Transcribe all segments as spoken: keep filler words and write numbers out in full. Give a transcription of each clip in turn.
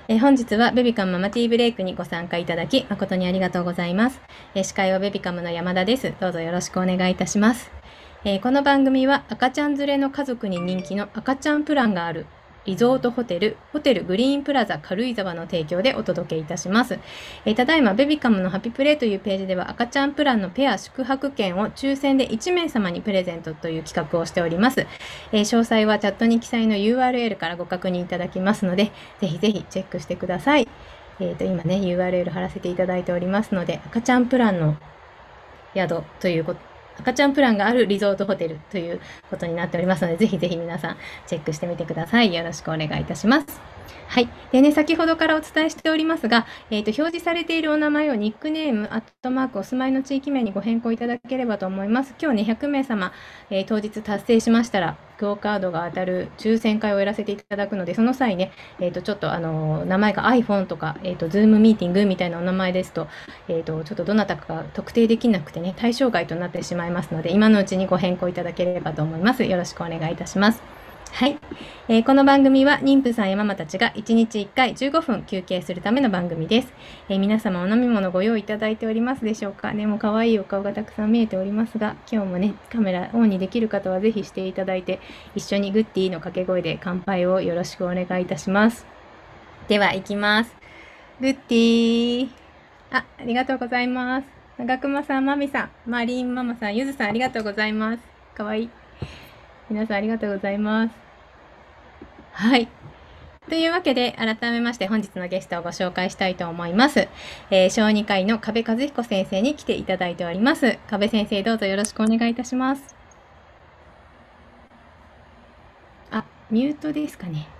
えー本日はベビカムママティーブレイクにご参加いただき誠にありがとうございます。えー司会はベビカムの山田です。どうぞよろしくお願いいたします。えーこの番組は赤ちゃん連れの家族に人気の赤ちゃんプランがあるリゾートホテル、ホテルグリーンプラザ軽井沢の提供でお届けいたします。えーただいまベビカムのハピプレイというページでは赤ちゃんプランのペア宿泊券を抽選でいちめい様にプレゼントという企画をしております。えー詳細はチャットに記載の ユーアールエル からご確認いただきますので、ぜひぜひチェックしてください。えーと、今ね、ユーアールエル 貼らせていただいておりますので、赤ちゃんプランの宿ということ、赤ちゃんプランがあるリゾートホテルということになっておりますので、ぜひぜひ皆さんチェックしてみてください。よろしくお願いいたします。はい。でね、先ほどからお伝えしておりますが、えっ、と、表示されているお名前をニックネーム、アットマーク、お住まいの地域名にご変更いただければと思います。今日ね、ひゃくめい様、えー当日達成しましたら、クオカードが当たる抽選会をやらせていただくので、その際ね、えっ、と、ちょっとあの名前が iPhone とか、えっ、と、Zoom ミーティングみたいなお名前ですと、えっ、と、ちょっとどなたかが特定できなくてね、対象外となってしまいますので、今のうちにご変更いただければと思います。よろしくお願いいたします。はい、えーこの番組は妊婦さんやママたちがいちにちいっかいじゅうごふん休憩するための番組です。えー皆様お飲み物ご用意いただいておりますでしょうかね。もう可愛いお顔がたくさん見えておりますが、今日もね、カメラオンにできる方はぜひしていただいて、一緒にグッディの掛け声で乾杯をよろしくお願いいたします。では、いきます。グッディあ、ありがとうございます。長熊さん、マミさん、マリンママさん、ゆずさん、ありがとうございます。かわいい。皆さん、ありがとうございます。はい。というわけで、改めまして本日のゲストをご紹介したいと思います。えー小児科医の加部和彦先生に来ていただいております。加部先生、どうぞよろしくお願いいたします。あ、ミュートですかね。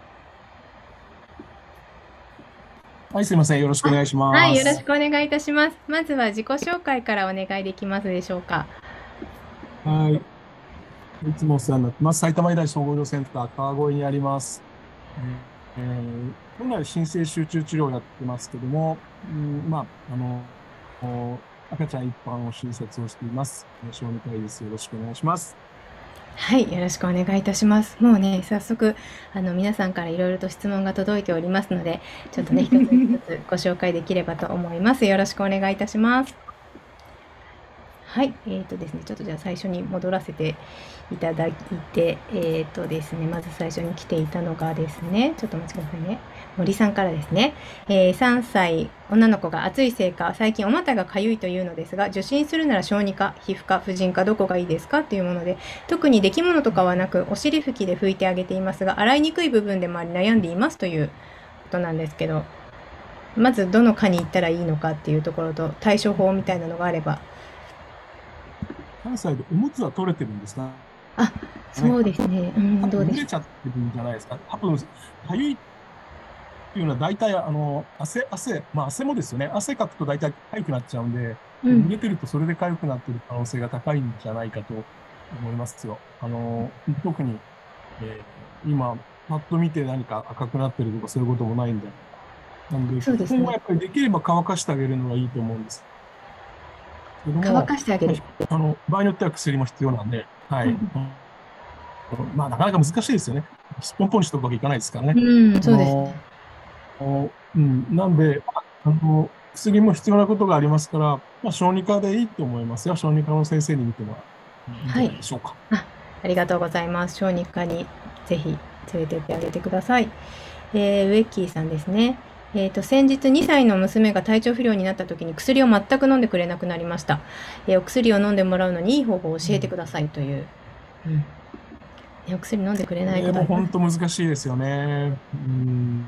はい、すいません。よろしくお願いしはい、よろします。 くお願いいたします。まずは自己紹介からお願いできますでしょうか。 はい。いつもお世話になってます。埼玉医大総合医療センター川越にあります。えーえー本来は新生集中治療をやってますけども、うん、まあ、あの、お赤ちゃん一般を診察をしています。えー小児科医です。よろしくお願いします。 はい、よろしくお願いいたします。もうね、早速、あの、皆さんからいろいろと質問が届いておりますので、ちょっとね、一つ一つご紹介できればと思います。よろしくお願いいたします。はい、えーとですね、ちょっとじゃあ最初に戻らせていただいて、えーとですね、まず最初に来ていたのがですね、ちょっとお待ちくださいね。森さんからですね、えーさんさい女の子が暑いせいか、最近お股がかゆいというのですが、受診するなら小児科、皮膚科、婦人科、どこがいいですかっていうもので、特に出来物とかはなく、お尻拭きで拭いてあげていますが、洗いにくい部分でもあり悩んでいますということなんですけど、まずどの科に行ったらいいのかっていうところと、対処法みたいなのがあれば。 関西でおむつは取れてるんですかあ、そね。 うですね。うん、 多どうでしょ分蒸れちゃってるんじゃないですか。多分、かゆいっていうのは大体、あの、汗、汗、まあ汗もですよね。汗かくと大体痒くなっちゃうんで、 う。うん。 濡れてるとそれで痒くなってる可能性が高いんじゃないかと思いますよ。あの、特に、えー今、パッと見て何か赤くなってるとかそういうこともないんで。なんで、基そうですね。 本はやっぱりできれば乾かしてあげるのがいいと思うんですけど乾も、まあ、 かしてあげる。 ひあの、場合によっては薬も必要なんで、はい。 うん。 うんまあ、なかなか難しいですよね。すっぽんぽんにしとくわけいかないですからね。 うん、 あそうですね。 の、うん、なんで、あの、薬も必要なことがありますから、まあ、小児科でいいと思いますよ。小児科の先生に見てもらういいんじゃはい。 ないでしょうか。 あ、ありがとうございます。小児科にぜひ連れてってあげてください。えー、ウェッキーさんですね。えっ、と、先日にさいの娘が体調不良になった時に薬を全く飲んでくれなくなりました。えーお薬を飲んでもらうのにいい方法を教えてくださいという。うん。ねお薬飲んでくれないこれもことあります。 本当難しいですよね。うん、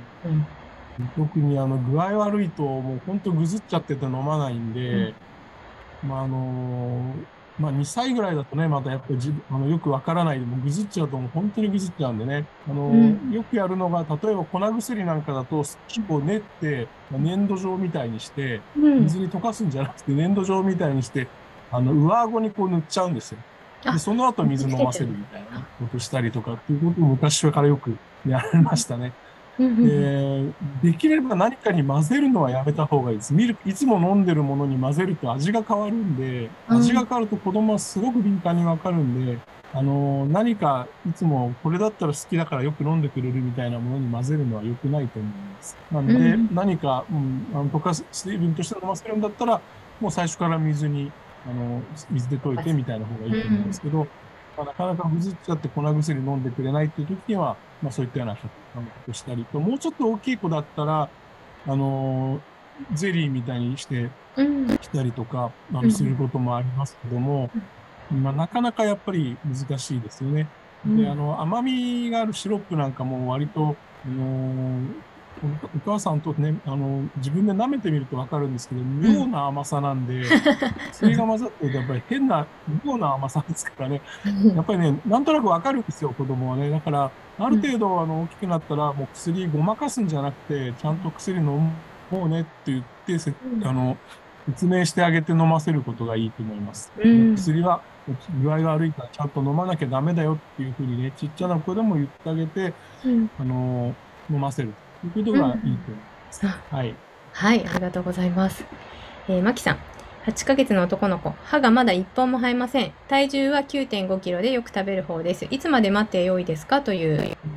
うん。 特にあの具合悪いともう本当ぐずっちゃってて飲まないんうん。 で、まああの、まあにさいぐらいだとね、またやっぱり自分、あのよくわからないでもうぐずっちゃうともう本当にぐずっちゃうんでね。あの、 うん。 よくやるのが、例えば粉薬なんかだと少しこう練って、まあ、粘土状みたいにして、 うん。 水に溶かすんじゃなくて粘土状みたいにして、あの、上顎にこう塗っちゃうんですよ。で、 あ、 その後水つ飲ませるけてるんです。 みたいなね、ことしたりとかっていうことを昔からよくやられましたね。 うんうんうん。 で、 できれば何かに混ぜるのはやめた方がいいです。ミルク、いつも飲んでるものに混ぜると味が変わるんで、味が変わると子供はすごく敏感にわかるんで、あの、何かいつもこれだったら好きだからよく飲んでくれるみたいなものに混ぜるのは良くないと思います。なんで、 うん。 何か、うん、あの溶かす、水分として飲ませるんだったら、もう最初から水に、あの、水で溶いてみたいな方がいいと思うんですけど、まあ、なかなかぐずっちゃって粉薬飲んでくれないっていう時には、まあそういったようなことをしたりと、もうちょっと大きい子だったら、あの、ゼリーみたいにしてうん。 きたりとか、あの、するうん。 こともありますけども、まあ、なかなかやっぱり難しいですよね。で、あうん。 の、甘みがあるシロップなんかも割と、あの、おお母さんとね、あの、自分で舐めてみるとわかるんですけど、 うん。 妙な甘さなんで、薬が混ざってるとやっぱり変な、妙な甘さですからね。やっぱりね、なんとなくわかるんですよ、子供はね。だから、ある程度、あの、大きくなったら、もう薬ごまかすんじゃなくて、ちゃんと薬飲もうねって言って、せあの、説明してあげて飲ませることがいいと思います。あのうん。 薬は具合が悪いからちゃんと飲まなきゃダメだよっていうふうにね、ちっちゃな子でも言ってあげて、 うん。 あの、飲ませるということうん。 がいいと思います。 あ、 はい。 はい、ありがとうございます。えー、マキさん。はちかげつの男の子。歯がまだいっぽんも生えません。体重はきゅうてんごキロでよく食べる方です。いつまで待ってよいですかという。 うん、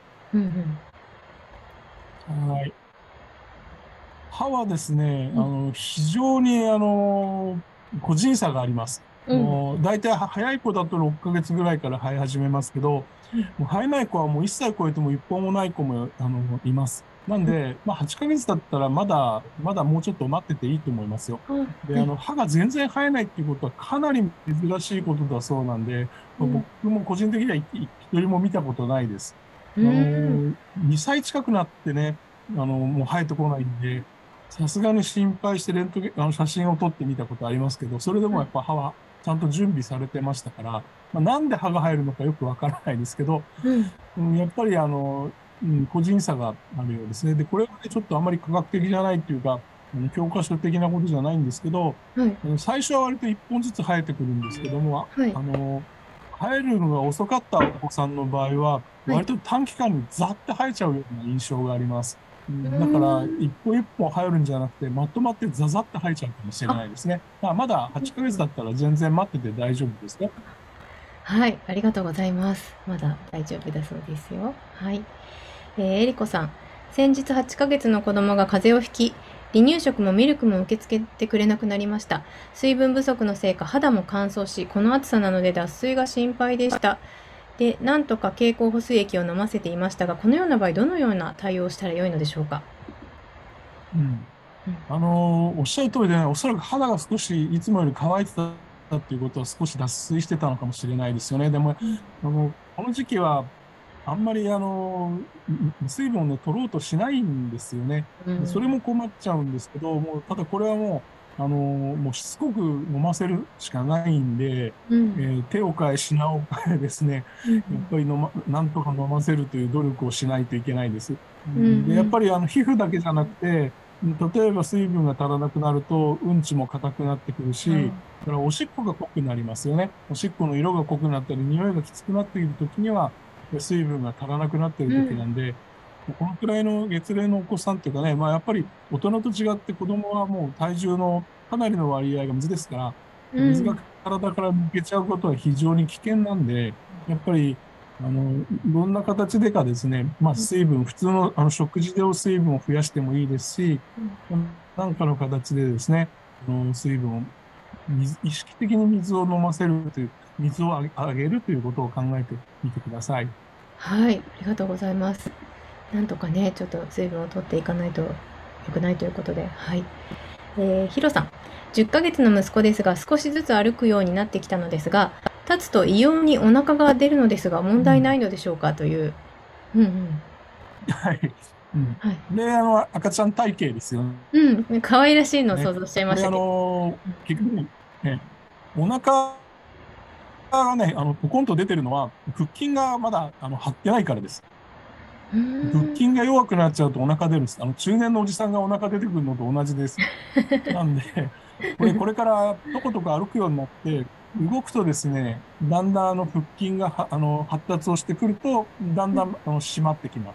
うんうんはい。歯はですね、あうんの、非常に、あの、個人差があります。 うんもう、大体は早い子だとろっかげつぐらいから生え始めますけど、 うんもう生えない子はもういっさい超えてもいっぽんもない子も、あの、います。なんで、まあ、はちかげつだったらまだ、まだもうちょっと待ってていいと思いますよ。 あ、はで、あい。 の、歯が全然生えないっていうことはかなり珍しいことだそうなんで、まあ、 うん僕も個人的には一一人も見たことないです。 うあんの、にさい近くなってね、あの、もう生えてこないんで、さすがに心配してレントゲン、あの写真を撮ってみたことありますけど、それでもやっぱ歯はちゃんと準備されてましたから、まあ、なんで歯が生えるのかよくわからないですけど、 うんうん、やっぱりあの、うん、個人差があるようですね。で、これはね、ちょっとあまり科学的じゃないっていうか、あの教科書的なことじゃないんですけど、 はいあの最初は割といっぽんずつ生えてくるんですけども、あ、 はいあの、生えるのが遅かったお子さんの場合は、 はい。 割と短期間にザッて生えちゃうような印象があります。ううん、だから、 ーん。 一歩一歩生えるんじゃなくて、まとまってザザッて生えちゃうかもしれあ、 ないですね。まあ、まだはちかげつだったら全然待ってて大丈夫ですよ。 はい、ありがとうございます。まだ大丈夫だそうですよ。はい。えー、えりこさん。先日はちかげつの子供が風邪をひき、離乳食もミルクも受け付けてくれなくなりました。水分不足のせいか肌も乾燥し、この暑さなので脱水が心配でした。で、なんとか経口補水液を飲ませていましたが、このような場合、どのような対応をしたらよいのでしょうか。 うん。 うん。 あのーおっしゃる通りでね、おそらく肌が少しいつもより乾いてたっていうことは少し脱水してたのかもしれないですよね。でも、 うんあの、この時期はあんまりあの、水分をね、取ろうとしないんですよね。でそれも困っちゃうんですけど、もう、ただこれはもう、あの、もうしつこく飲ませるしかないんで、えうんー手を変え品を変えですね、やっぱり飲ま、なんとか飲ませるという努力をしないといけないです。ううんうんで、やっんぱりあの、皮膚だけじゃなくて、例えば水分が足らなくなると、うんちも硬くなってくるし、だからおしっこが濃くなりますよね。おしっこの色が濃くなったり、匂いがきつくなっているときには、水分が足らなくなっている時うんなんで、このくらいの月齢のお子さんっていうかね、まあやっぱり大人と違って子供はもう体重のかなりの割合が水ですから、水がうん体から抜けちゃうことは非常に危険なんで、やっぱり、あの、いろんな形でかですね、まあ水分、普通のあの食事で水分を増やしてもいいですし、なんかの形でですね、あの水分を、水意識的に水を飲ませるという、水をあげあげるということを考えてみてください。 はい、ありがとうございます。なんとかね、ちょっと水分を取っていかないと良くないということで、はい。えー、ヒロさん。じゅっかげつの息子ですが、少しずつ歩くようになってきたのですが、立つと異様にお腹が出るのですが、問題ないのでしょうかという。うんうん。 はい。うん。 はい。 で、あの、赤ちゃん体型ですようん、可愛らしいのを想ね。 像しちゃいこれ、あましたけど。 の、結局ね、ねお腹がね、あの、ポコンと出てるのは、腹筋がまだ、あの、張ってないからです。 うーん。 腹筋が弱くなっちゃうとお腹出るんです。あの、中年のおじさんがお腹出てくるのと同じです。なんで、これ、これからとことこ歩くようになって、動くとですね、だんだんあの腹筋がはあの発達をしてくると、だんだんあの締まってきます。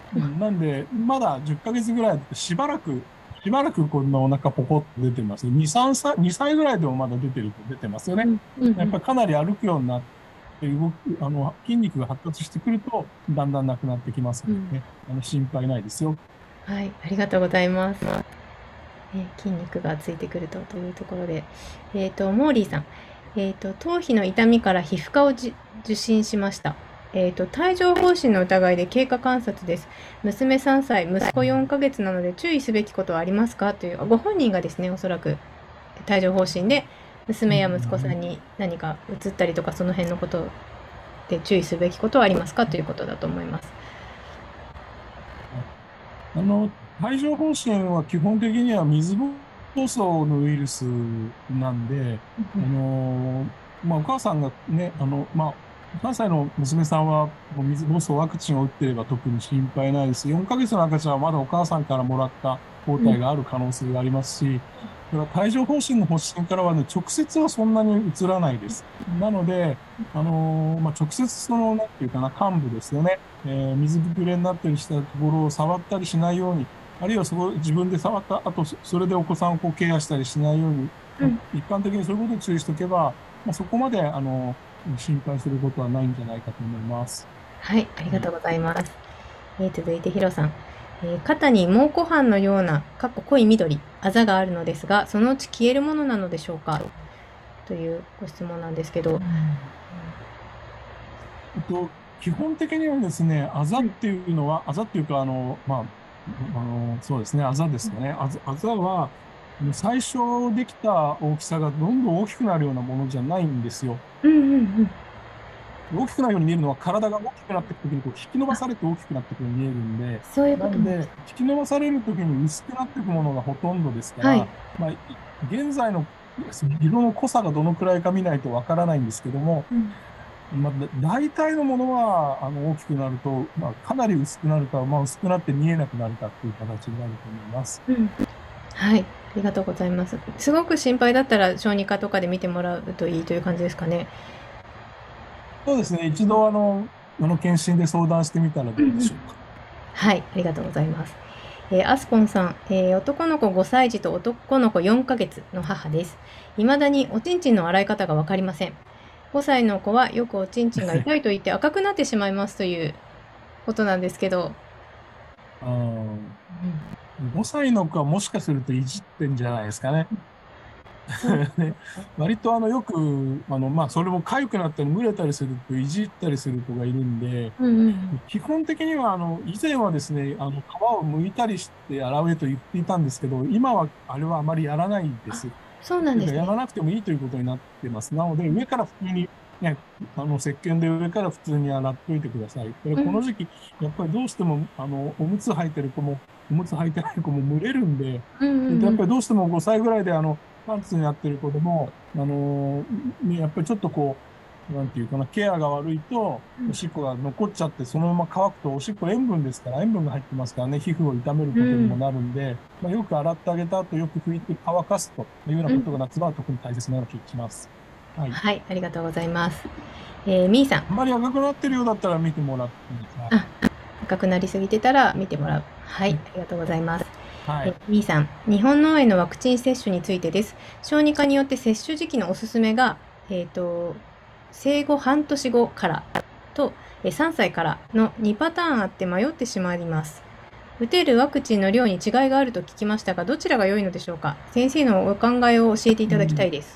うん、なんで、まだじゅっかげつぐらいでしばらく、しばらくこんなお腹ポコッと出てます。に、さんさい、にさいぐらいでもまだ出てると出てますよね。 うんうんうん。 やっぱりかなり歩くようになって動く、あの、筋肉が発達してくると、だんだんなくなってきますうん。 のでね。あの、心配ないですよ。 はい、ありがとうございます。えー筋肉がついてくるとというところで、えっと、モーリーさん、えっと、頭皮の痛みから皮膚科をじ受診しました。えっと、帯状疱疹の疑いで経過観察です。娘さんさい、息子よんかげつなので注意すべきことはありますかという、ご本人がですね、おそらく帯状疱疹で、 う娘や息子さん、 んに何か移ったりとか、その辺のことで注意すべきことはありますかということだと思います。 あの、帯状疱疹は基本的には水疱瘡のウイルスなんで、あの、まあ、お母さんがね、あの、まあ、さんさいの娘さんはもう水疱瘡ワクチンを打っていれば特に心配ないです。よんかげつの赤ちゃんはまだお母さんからもらった抗うん、 体がある可能性がありますし、それから帯状疱疹の発疹からはね、直接はそんなにうつらないです。なので、あのまあ、直接その、なんていうかな、患部ですよね。えー水ぶくれになったりしたところを触ったりしないように、あるいはそこ、自分で触った後、そそれでお子さんをこうケアしたりしないように、まあうん、 一般的にそういうことを注意しておけば、まあ、そこまで、あの、心配することはないんじゃないかと思います。 はい、ありはい。 がとうございます。えー続いてヒロさん、えー肩に蒙古斑のような、かっこ濃い緑、あざがあるのですが、そのうち消えるものなのでしょうかというご質問なんですけど。 うん。えっと、基本的にはですね、あざうん、 っていうのは、あざっていうか、あの、まあ、あの、そうですね、あざですかね。あざ、あざは、あの最初できた大きさがどんどん大きくなるようなものじゃないんですよ。 うんうんうん。 大きくなるように見えるのは体が大きくなっていくときにこう引き伸ばあ、 されて大きくなっていくように見えるんで、 そういうことなんです。 なんで、引き伸ばされるときに薄くなっていくものがほとんどですかはい。 ら、まあ、い現在のその色の濃さがどのくらいか見ないとわからないんですけども、 うん。 まあ、だ大体のものは、あの、大きくなると、まあ、かなり薄くなるか、まあ、薄くなって見えなくなるかっていう形になると思います。 うん。はい、ありがとうございます。すごく心配だったら小児科とかで見てもらうといいという感じですかね。 そうですね。一度、あの、あの、検診で相談してみたらどうでうんうん。 しょうか。 はい、ありがとうございます。えーアスポンさん、えー男の子ごさい児と男の子よんかげつの母です。未だにおちんちんの洗い方がわかりません。ごさいの子はよくおちんちんが痛いと言って赤くなってしまいますということなんですけど。 あーうん、 ごさいの子はもしかするといじってんじゃないですかね。 そうなんね、 ですか。 割とあのよく、あの、まあ、それも痒くなったり、蒸れたりするといじったりする子がいるんで、 うんうんうん。 基本的には、あの、以前はですね、あの、皮を剥いたりして洗えと言っていたんですけど、今はあれはあまりやらないであ、 す。 そうなというか、やんですね。 らなくてもいいということになってます。なので、上から普通に、ね、あの、石鹸で上から普通に洗っといてください。これ、 うん、 この時期、やっぱりどうしても、あの、おむつ履いてる子も、おむつ履いてない子も蒸れるんで、 うんうんうん。 でやっぱりどうしてもごさいぐらいで、あの、パンツになってる子でも、あの、ねやっぱりちょっとこう、なんていうかな、ケアが悪いと、 うん。 おしっこが残っちゃって、そのまま乾くと、おしっこ塩分ですから、塩分が入ってますからね、皮膚を傷めるうん。 ことにもなるんで、まあ、よく洗ってあげた後、よく拭いて乾かすというようなうん。 ことが夏場は特に大切なような気がします。はい。 はい、ありがとうございます。えー、みーさん。 あんまり赤くなってるようだったら見てもらってください。 あ、赤くなりすぎてたら見てもらう。はい、 ね。 ありがとうございます。え、 はい。 みーさん、日本脳炎のワクチン接種についてです。小児科によって接種時期のおすすめが、えっと、生後半年後からと、えさんさいからのにパターンあって迷ってしまいます。打てるワクチンの量に違いがあると聞きましたが、どちらが良いのでしょうか。先生のお考えを教えていただきたうん。 いです。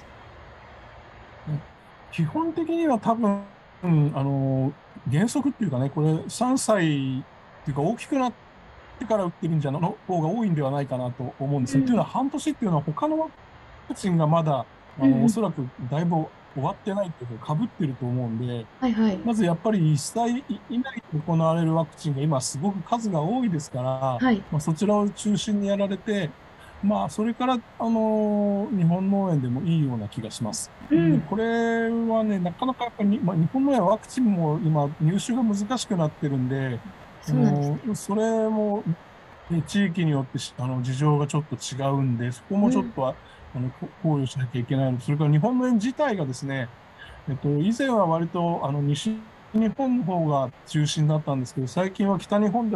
基本的には多分、あの、原則っていうかね、これさんさいっていうか大きくなってから打ってるんじゃの方が多いんではないかなと思うんですね。というのうん。 は半年っていうのは他のワクチンがまだ、あの、 うんうん。 おそらくだいぶ終わってないっていうか、被ってると思うんで、 はいはい。 まずやっぱりいっさい以内で行われるワクチンが今すごく数が多いですから、 はい。 まあ、そちらを中心にやられて、まあ、それから、あの日本脳炎でもいいような気がします。で、 うん。 これはね、なかなかやっぱり、まあ、日本のはワクチンも今入手が難しくなってるんで、あそうなんですね。 のそれも、ね地域によってしあの事情がちょっと違うんで、そこもちょっうん。 とああのこ考慮しなきゃいけないのと、それから日本の園自体がですね、えっと、以前は割とあの西日本の方が中心だったんですけど、最近は北日本でも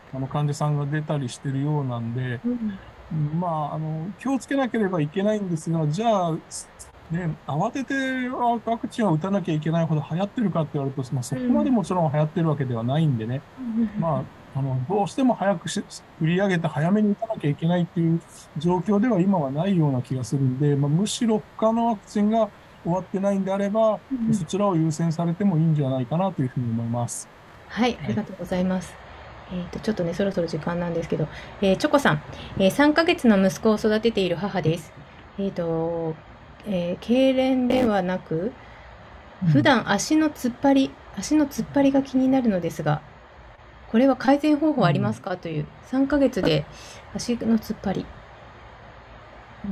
あの患者さんが出たりしてるようなんで、 うん。 まあ、あの、気をつけなければいけないんですが、じゃあ、ね、慌ててワクチンを打たなきゃいけないほど流行ってるかって言われると、まあ、そこまでうん。 もちろん流行ってるわけではないんでね、 うん。 まあ、あの、どうしても早くし、振り上げて早めに打たなきゃいけないっていう状況では今はないような気がするんで、まあ、むしろ他のワクチンが終わってないんであれば、 うん。 そちらを優先されてもいいんじゃないかなというふうに思います。 はい、あはい。 りがとうございます。えっと、ちょっとね、そろそろ時間なんですけど、えーチョコさん、えーさんかげつの息子を育てている母です。えっと、えー痙攣ではなく、普うん。 段足の突っ張り、足の突っ張りが気になるのですが、これは改善方法ありまうん。 すかという、さんかげつで足の突っ張り。 うん、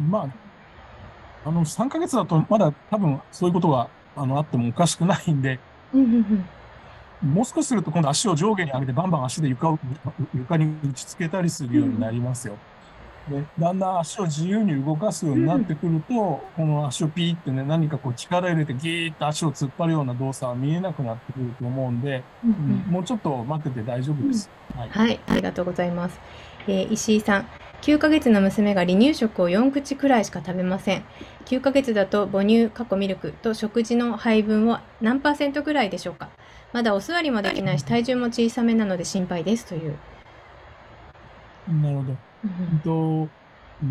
まあ、あの、さんかげつだとまだ多分そういうことが、あの、あってもおかしくないんで、 うんうんうん。 もう少しすると今度足を上下に上げてバンバン足で床を、床に打ちつけたりするうんようになりますよ。で、だんだん足を自由に動かすよううん。 になうん。 ってくると、この足をピーってね、何かこう力入れてギーッと足を突っ張るような動作は見えなくなってくると思うんで、 うん。 うん、もうちょっと待ってて大丈夫うん。 です。はい。 はい、ありがとうございます。えー石井さん、きゅうかげつの娘が離乳食をよん口くらいしか食べません。きゅうかげつだと母乳、過去ミルクと食事の配分は何パーセントくらいでしょうか。まだお座りもできないし、体重も小さめなので心配ですという。 なるほど。 うんうんと、うん、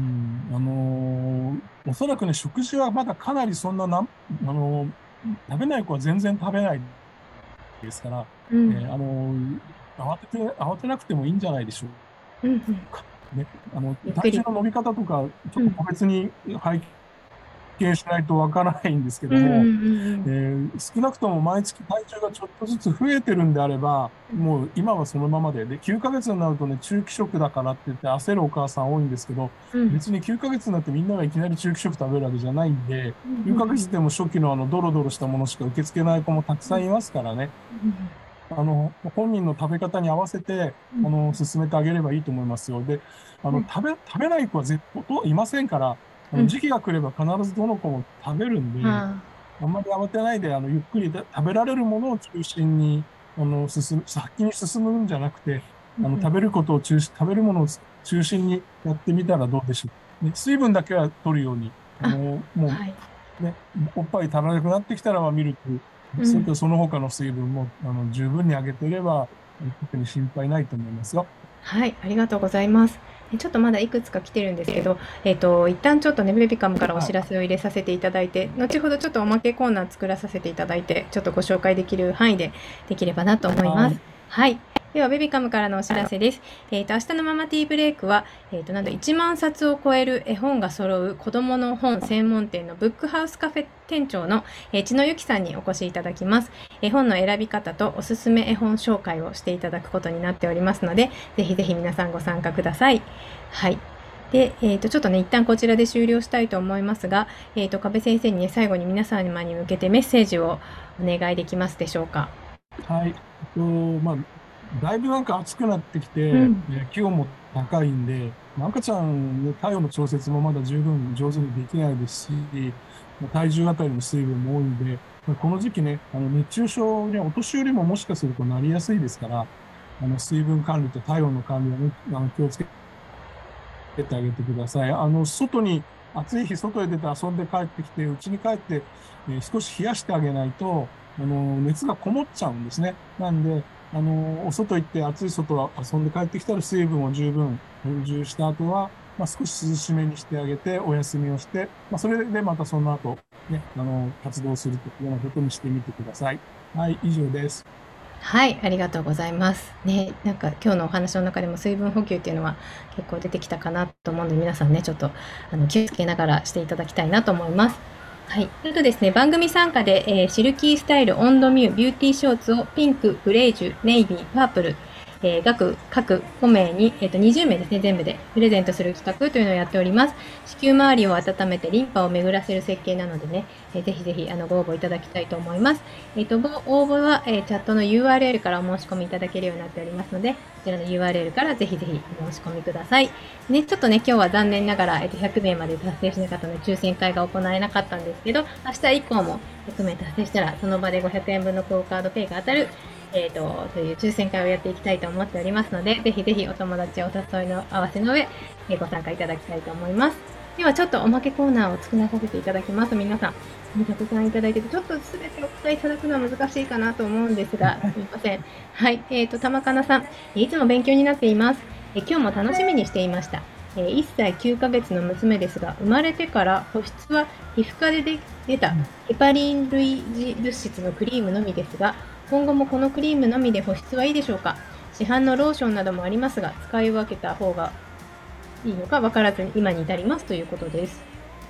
あのーおそらくね、食事はまだかなりそんなな、あのー食べない子は全然食べないですから、 うん。 えーあのー慌てて、慌てなくてもいいんじゃないでしょうんうん。 うか。ね、あの、 ゆっくり。 体重の伸び方とか、ちょっとうん。 個別に拝見しないとわからないんですけうんうんうども、えんー少なくとも毎月体重がちょっとずつ増えてるんであれば、 うん。 もう今はそのままで、で、きゅうかげつになるとね、中期食だからって言って焦るお母さん多いんですけど、 うん。 別にきゅうかげつになってみんながいきなり中期食食べるわけじゃないんで、 うんうん 9ヶうん。 月でも初期のあの、ドロドロしたものしか受け付けない子もたくさんいますからね。あの、本人の食べ方に合わせて、 うん。 あの、進めてあげればいいと思いますよ。で、あの、 うん。 食べ、食べない子は絶対いませんから、あの、 うん。 時期が来れば必ずどの子も食べるんで、 ああんまり慌てないで、あの、ゆっくりで食べられるものを中心に、あの、進む、先に進むんじゃなくて、あの、 ーうんうん。 食べることを中心、食べるものを中心にやってみたらどうでしょう。ね、水分だけは取るように、ああ、 の、もはい。 うね、おっぱい足らなくなってきたらはミルク、それうん。 とその他の水分も、あの、十分にあげていれば、特に心配ないと思いますよ。 はい、ありがとうございます。えちょっとまだいくつか来てるんですけど、えっと、一旦ちょっとね、ベビカムからおはい。 知らせを入れさせていただいて、後ほどちょっとおまけコーナー作らさせていただいて、ちょっとご紹介できる範囲でできればなと思います。 はい。 はい。では、ベビカムからのお知らせです。えっと、明日のママティーブレイクは、えっと、なんといちまん冊を超える絵本が揃う子供の本専門店のブックハウスカフェ店長の、えー、千野由紀さんにお越しいただきます。絵本の選び方とおすすめ絵本紹介をしていただくことになっておりますので、ぜひぜひ皆さんご参加ください。はい。で、えっ、と、ちょっとね、一旦こちらで終了したいと思いますが、えっ、と、壁先生にね、最後に皆様に向けてメッセージをお願いできますでしょうか。 はい。えっと、まあ、だいぶなんか暑くなってきて、 うん。 ね、気温も高いんで、まあ赤ちゃんの体温の調節もまだ十分上手にできないですし、まあ体重あたりの水分も多いんで、まあこの時期ね、あの熱中症にはお年寄りももしかするとなりやすいですから、あの水分管理と体温の管理はね、あの気をつけてあげてください。あの、外に、暑い日外へ出て遊んで帰ってきて、家に帰って、えー少し冷やしてあげないと、あの、熱がこもっちゃうんですね。なんで、あの、お外行って暑い外遊んで帰ってきたら水分を十分補充した後は、まあ、少し涼しめにしてあげて、お休みをして、まあ、それでまたその後、ね、あの、活動するというようなことにしてみてください。はい、以上です。 はい、ありがとうございます。ね、なんか今日のお話の中でも水分補給っていうのは結構出てきたかなと思うので、皆さんね、ちょっとあの気をつけながらしていただきたいなと思います。はい。あとですね、番組参加で、えーシルキースタイルオンドミュービューティーショーツをピンク、グレージュ、ネイビー、パープル、えー、各、各ご名に、えっ、と、にじゅう名ですね、全部でプレゼントする企画というのをやっております。子宮周りを温めてリンパを巡らせる設計なのでね、えーぜひぜひあのご応募いただきたいと思います。えっ、と、応募は、えーチャットの ユーアールエル からお申し込みいただけるようになっておりますので、こちらの ユーアールエル からぜひぜひお申し込みください。ね、ちょっとね、今日は残念ながら、えっ、と、ひゃく名まで達成しなかったので、抽選会が行えなかったんですけど、明日以降もひゃく名達成したら、その場でごひゃくえんぶんのクオカードペイが当たる、 えーと、という抽選会をやっていきたいと思っておりますので、ぜひぜひお友達お誘いの合わせの上、えーご参加いただきたいと思います。ではちょっとおまけコーナーを作らさせていただきます。皆さん、たくさんいただいてて、ちょっとすべてお答えいただくのは難しいかなと思うんですが、すみません。はい、えーと、玉かなさん、いつも勉強になっています。え今日も楽しみにしていました。えーいっさいきゅうかげつの娘ですが、生まれてから保湿は皮膚科でで出たヘパリン類似物質のクリームのみですが、今後もこのクリームのみで保湿はいいでしょうか。市販のローションなどもありますが、使い分けた方がいいのか分からずに今に至りますということです。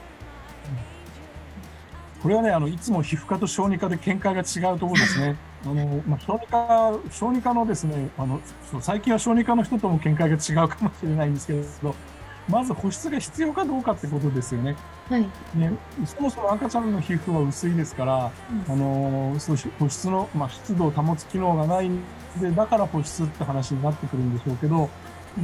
これはね、あの、いつも皮膚科と小児科で見解が違うところですね。あの、まあ、小児科、小児科のですね、あの、そう最近は小児科の人とも見解が違うかもしれないんですけど、まず保湿が必要かどうかってことですよね。 はい。 ね、そもそも赤ちゃんの皮膚は薄いですから、 うんあの、そうし保湿の、まあ、湿度を保つ機能がないんで、だから保湿って話になってくるんでしょうけど、うん、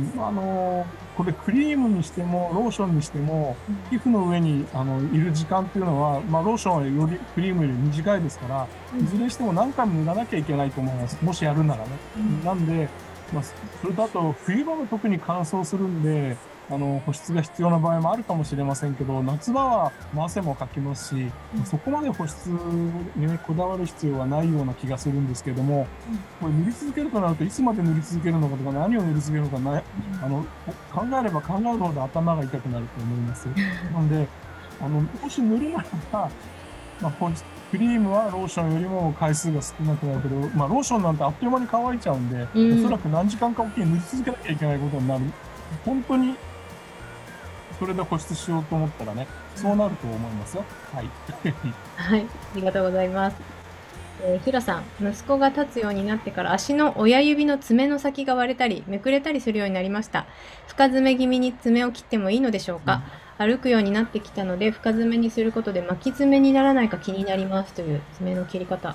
あの、これクリームにしても、ローションにしても、皮膚の上に、あの、いる時間っていうのは、まあ、ローションはより、クリームより短いですから、 うんいずれにしても何回も塗らなきゃいけないと思います。もしやるならね。 うんなんで、まあ、それとあと、冬場は特に乾燥するんで、あの、保湿が必要な場合もあるかもしれませんけど、夏場はまあ汗もかきますし、 うんそこまで保湿にね、こだわる必要はないような気がするんですけども、これ塗り続けるとなるといつまで塗り続けるのかとか何を塗り続けるのかな、あの、考えれば考えるほど頭が痛くなると思います。なんで、あの、もし塗るならば、まあ、保湿クリームはローションよりも回数が少なくなるけど、まあ、ローションなんてあっという間に乾いちゃうんで、 うんおそらく何時間かおきに塗り続けなきゃいけないことになる。本当にそれで保湿しようと思ったらね、そうなると思いますよ。はい。 はい、ありがとうございます。えー、ヒロさん、息子が立つようになってから足の親指の爪の先が割れたり、めくれたりするようになりました。深爪気味に爪を切ってもいいのでしょうか。歩くようになってきたので、深爪にすることで巻き爪にならないか気になりますという爪の切り方。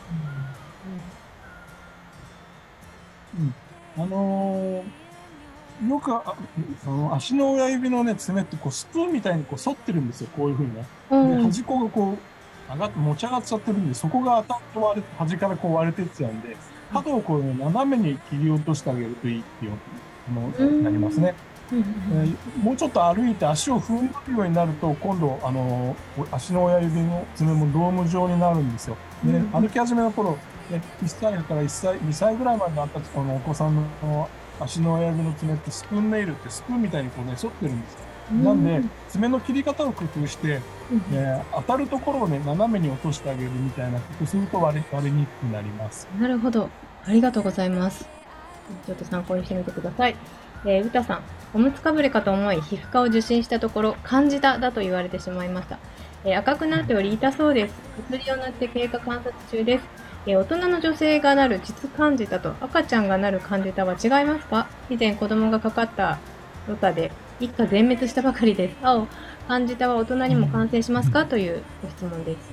うんあのーよくあ、あの足の親指のね、爪ってこうスプーンみたいにこう反ってるんですよ。こういうふうにね。で、 うん、 端っこがこう、上がって、持ち上がっちゃってるんで、そこが当たって割れ、端からこう割れてっちゃうんで、角をこうね、斜めに切り落としてあげるといいっていうのになりますね。 うんうんえーもうちょっと歩いて足を踏ん張るようになると、今度、あのー足の親指の爪もドーム状になるんですよ。で、 うん歩き始めの頃、ね、いっさいからいっさい、にさいぐらいまでのあったあのお子さんの足の親指の爪ってスプーンネイルってスプーンみたいにこうね、反ってるんですよ。 うんなんで、爪の切り方を工夫して、 うんえー当たるところをね、斜めに落としてあげるみたいなことすると割れ割れにくくなります。 なるほど。ありがとうございます。ちょっと参考にしてみてください。えー、うたさん、おむつかぶれかと思い皮膚科を受診したところ、カンジダだと言われてしまいました。えー赤くなっており痛そうです。薬を塗って経過観察中です。えー大人の女性がなる膣カンジダと赤ちゃんがなるカンジダは違いますか？以前子供がかかったロタで一家全滅したばかりです。青、カンジダは大人にも感染しますか？というご質問です。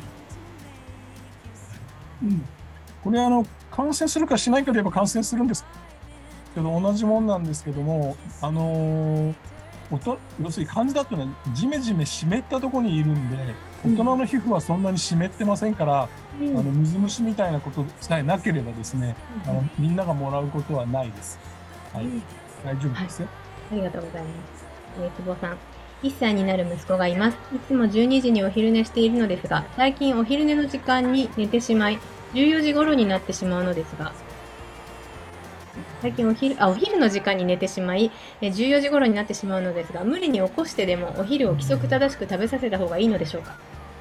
うんこれあの、感染するかしないかで言えば感染するんですけど、同じもんなんですけども、あのーおと要するに患者だとね、ジメジメ湿ったところにいるんで、大人の皮膚はそんなに湿ってませんから、 うんあの水虫みたいなことさえなければですね、あのみんながもらうことはないです。はい、 うん大丈夫ですよ。 ありがとうございます。えー、久保さん。いっさいになる息子がいます。いつもじゅうにじにお昼寝しているのですが、最近お昼寝の時間に寝てしまい、じゅうよじ頃になってしまうのですが、最近お昼、あ、お昼の時間に寝てしまい、えじゅうよじ頃になってしまうのですが、無理に起こしてでもお昼を規則正しく食べさせた方がいいのでしょうか。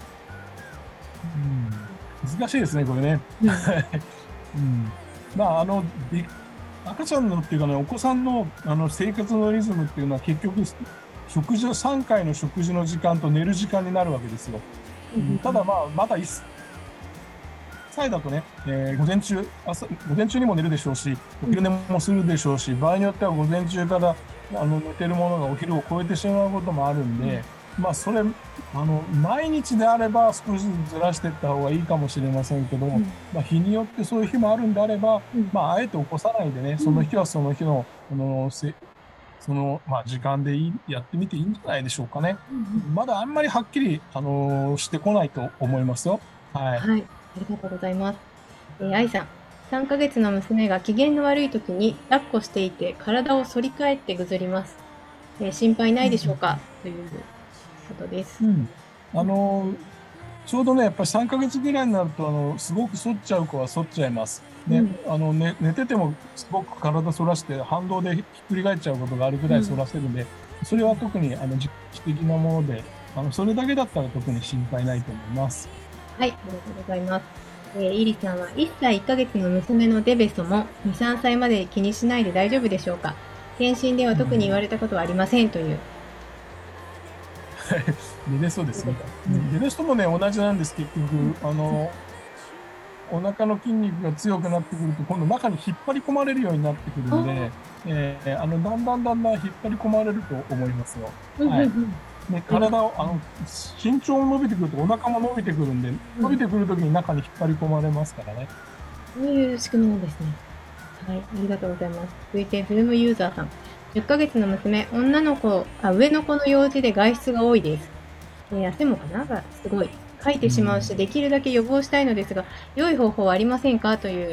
うん難しいですね、これね。 うんうん、まあ、あの、で赤ちゃんのっていうかね、お子さんのあの生活のリズムっていうのは結局、食事、さんかいの食事の時間と寝る時間になるわけですよ。うんただまあ、まだいっさいだとね、えー午前中朝、午前中にも寝るでしょうし、お昼寝もするでしょうし、場合によっては午前中からあの寝てるものがお昼を超えてしまうこともあるんで、まあ、それ、あの、毎日であれば少しずつずらしていった方がいいかもしれませんけど、 うんまあ、日によってそういう日もあるんであれば、 うんまあ、あえて起こさないでね、その日はその日の、あの、せその、まあ、時間でいいやってみていいんじゃないでしょうかね。まだあんまりはっきり、あのしてこないと思いますよ。はい。 はい、ありがとうございます。えー、愛さん、 さんかげつの娘が機嫌の悪い時に抱っこしていて体を反り返ってぐずります。えー心配ないでしょうかということです。 うん。あの、ちょうどね、やっぱりさんかげつぐらいになると、あの、すごく反っちゃう子は反っちゃいます。ね、 うんあの、ね、寝ててもすごく体反らして反動でひっくり返っちゃうことがあるぐらい反らせるんで、それは特に、あの、実機的なもので、あの、それだけだったら特に心配ないと思います。 はい、ありがとうございます。えー、イリさんはいっさいいっかげつの娘のデベソもに、さんさいまで気にしないで大丈夫でしょうか。検診では特に言われたことはありませんという。 寝れそうですね。 うん寝れ人もね、同じなんです、結局。あの、お腹の筋肉が強くなってくると、今度中に引っ張り込まれるようになってくるんで、えーあの、だんだんだんだん引っ張り込まれると思いますよ。はい。ね、体を、あの、身長も伸びてくるとお腹も伸びてくるんで、伸びてくるときに中に引っ張り込まれますからね。 そういう仕組みなんですね。はい、ありがとうございます。続いて、ズームユーザーさん。じゅっかげつの娘、女の子、あ、上の子の用事で外出が多いです。えー汗もかながすごい。かいてしまうし、できるだけ予防したいのですが、良い方法はありませんかという。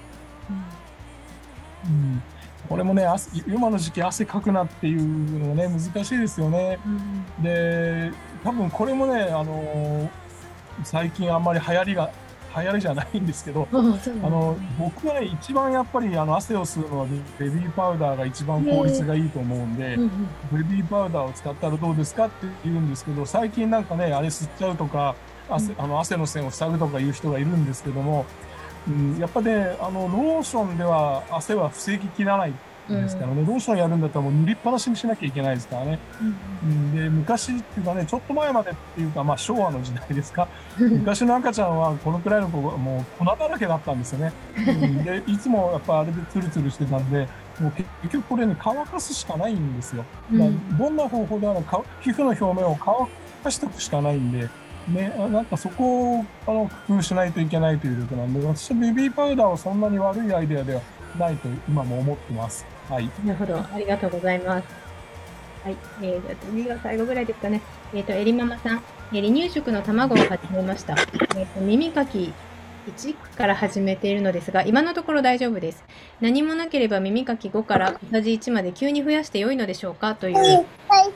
うん、これもね、汗今の時期汗かくなっていうのがね、難しいですよね。で、多分これもね、あの最近あんまり流行りが、流行りじゃないんですけど、 ああ、そうなんあの、僕はね、一番やっぱりあの汗を吸うのはベビーパウダーが一番効率がいいと思うんで、 うんうんベビーパウダーを使ったらどうですかって言うんですけど、最近なんかね、あれ吸っちゃうとか、汗、あの汗の線を塞ぐとかいう人がいるんですけども、うん、やっぱね、あの、ローションでは汗は防ぎきらないですからね、ローションやるんだったらもう塗りっぱなしにしなきゃいけないですからね。うんで、昔っていうかね、ちょっと前までっていうか、まあ昭和の時代ですか。昔の赤ちゃんはこのくらいの子がもう粉だらけだったんですよね。うんで、いつもやっぱあれでツルツルしてたんで、もう結局これね、乾かすしかないんですよ。まあ、どんな方法であれか皮膚の表面を乾かしておくしかないんで、ね、あなんかそこをあの工夫しないといけないということなんで、私はベビーパウダーはそんなに悪いアイデアではないと今も思ってます。はい。 なるほど。ありがとうございます。はい。えー、じゃあ次が最後ぐらいですかね。えっ、と、えりママさん。えー離乳食の卵を始めました。えっ、と、耳かきいちから始めているのですが、今のところ大丈夫です。何もなければ耳かきごから小さじいちまで急に増やして良いのでしょうかという。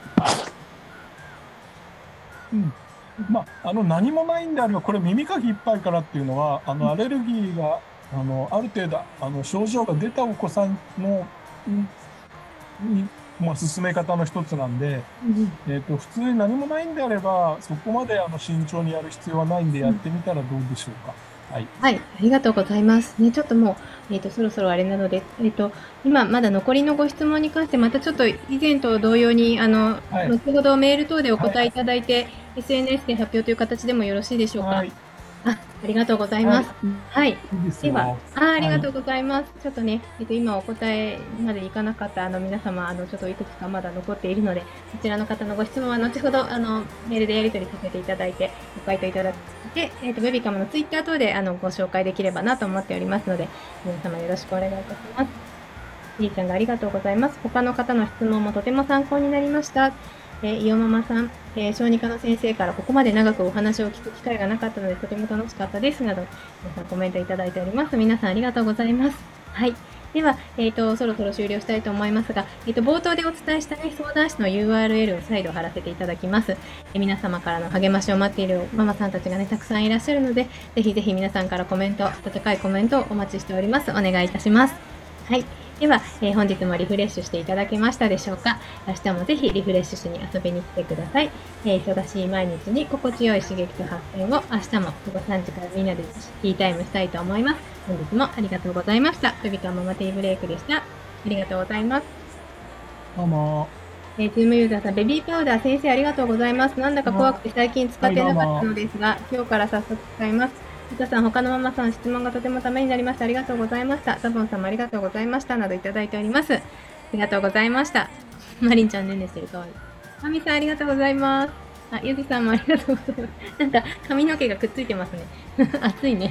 うんまあ、あの何もないんであれば、これ耳かきいっぱいからっていうのは、あのアレルギーがあのある程度あの症状が出たお子さんの、うんにまあ、進め方の一つなんで、えっと、普通に何もないんであれば、そこまであの慎重にやる必要はないんで、やってみたらどうでしょうか。はい。 はい、ありがとうございます。ね、ちょっともう、えっ、と、そろそろあれなので、えっ、と、今まだ残りのご質問に関して、またちょっと以前と同様に、あの、 はい後ほどメール等でお答えいただいて、エスエヌエス で発表という形でもよろしいでしょうか。 はい。 あ、ありがとうございます。はい。 いいですよ。 では、あ、ありがとうはございます。ちょっとね、えっと、今お答えまでいかなかったあの皆様、あの、ちょっといくつかまだ残っているので、そちらの方のご質問は後ほど、あの、メールでやり取りさせていただいて、ご回答いただいて、えっと、ベビカムのツイッター等で、あの、ご紹介できればなと思っておりますので、皆様よろしくお願いいたします。りーちゃんがありがとうございます。他の方の質問もとても参考になりました。えー、いおママさん、えー、小児科の先生からここまで長くお話を聞く機会がなかったのでとても楽しかったですなど、皆さんコメントいただいております。皆さんありがとうございます。はい。では、えっ、と、そろそろ終了したいと思いますが、えっ、と、冒頭でお伝えしたね、相談室の ユーアールエル を再度貼らせていただきます。え皆様からの励ましを待っているママさんたちがね、たくさんいらっしゃるので、ぜひぜひ皆さんからコメント、温かいコメントをお待ちしております。お願いいたします。はい。では、えー、本日もリフレッシュしていただけましたでしょうか。明日もぜひリフレッシュしに遊びに来てください。えー、忙しい毎日に心地よい刺激と発展を明日も午後さんじからみんなでティータイムしたいと思います。本日もありがとうございました。ベビカママティーブレイクでした。ありがとうございます。 どうも。 えー、ズームユーザーさん、ベビーパウダー先生ありがとうございます。なんだか怖くて最近使ってなかったのですが、今日から早速使います。皆さん、他のママさん、質問がとてもためになりました。ありがとうございました。ザボンさんもありがとうございました。などいただいております。ありがとうございました。マリンちゃんねんねしてるかわいい。マミさん、ありがとうございます。あ、ゆずさんもありがとうございます。なんか、髪の毛がくっついてますね。暑いね。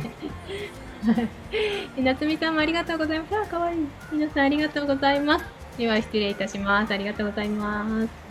なつみさんもありがとうございます。あ、かわいい。皆さん、ありがとうございます。では、失礼いたします。ありがとうございます。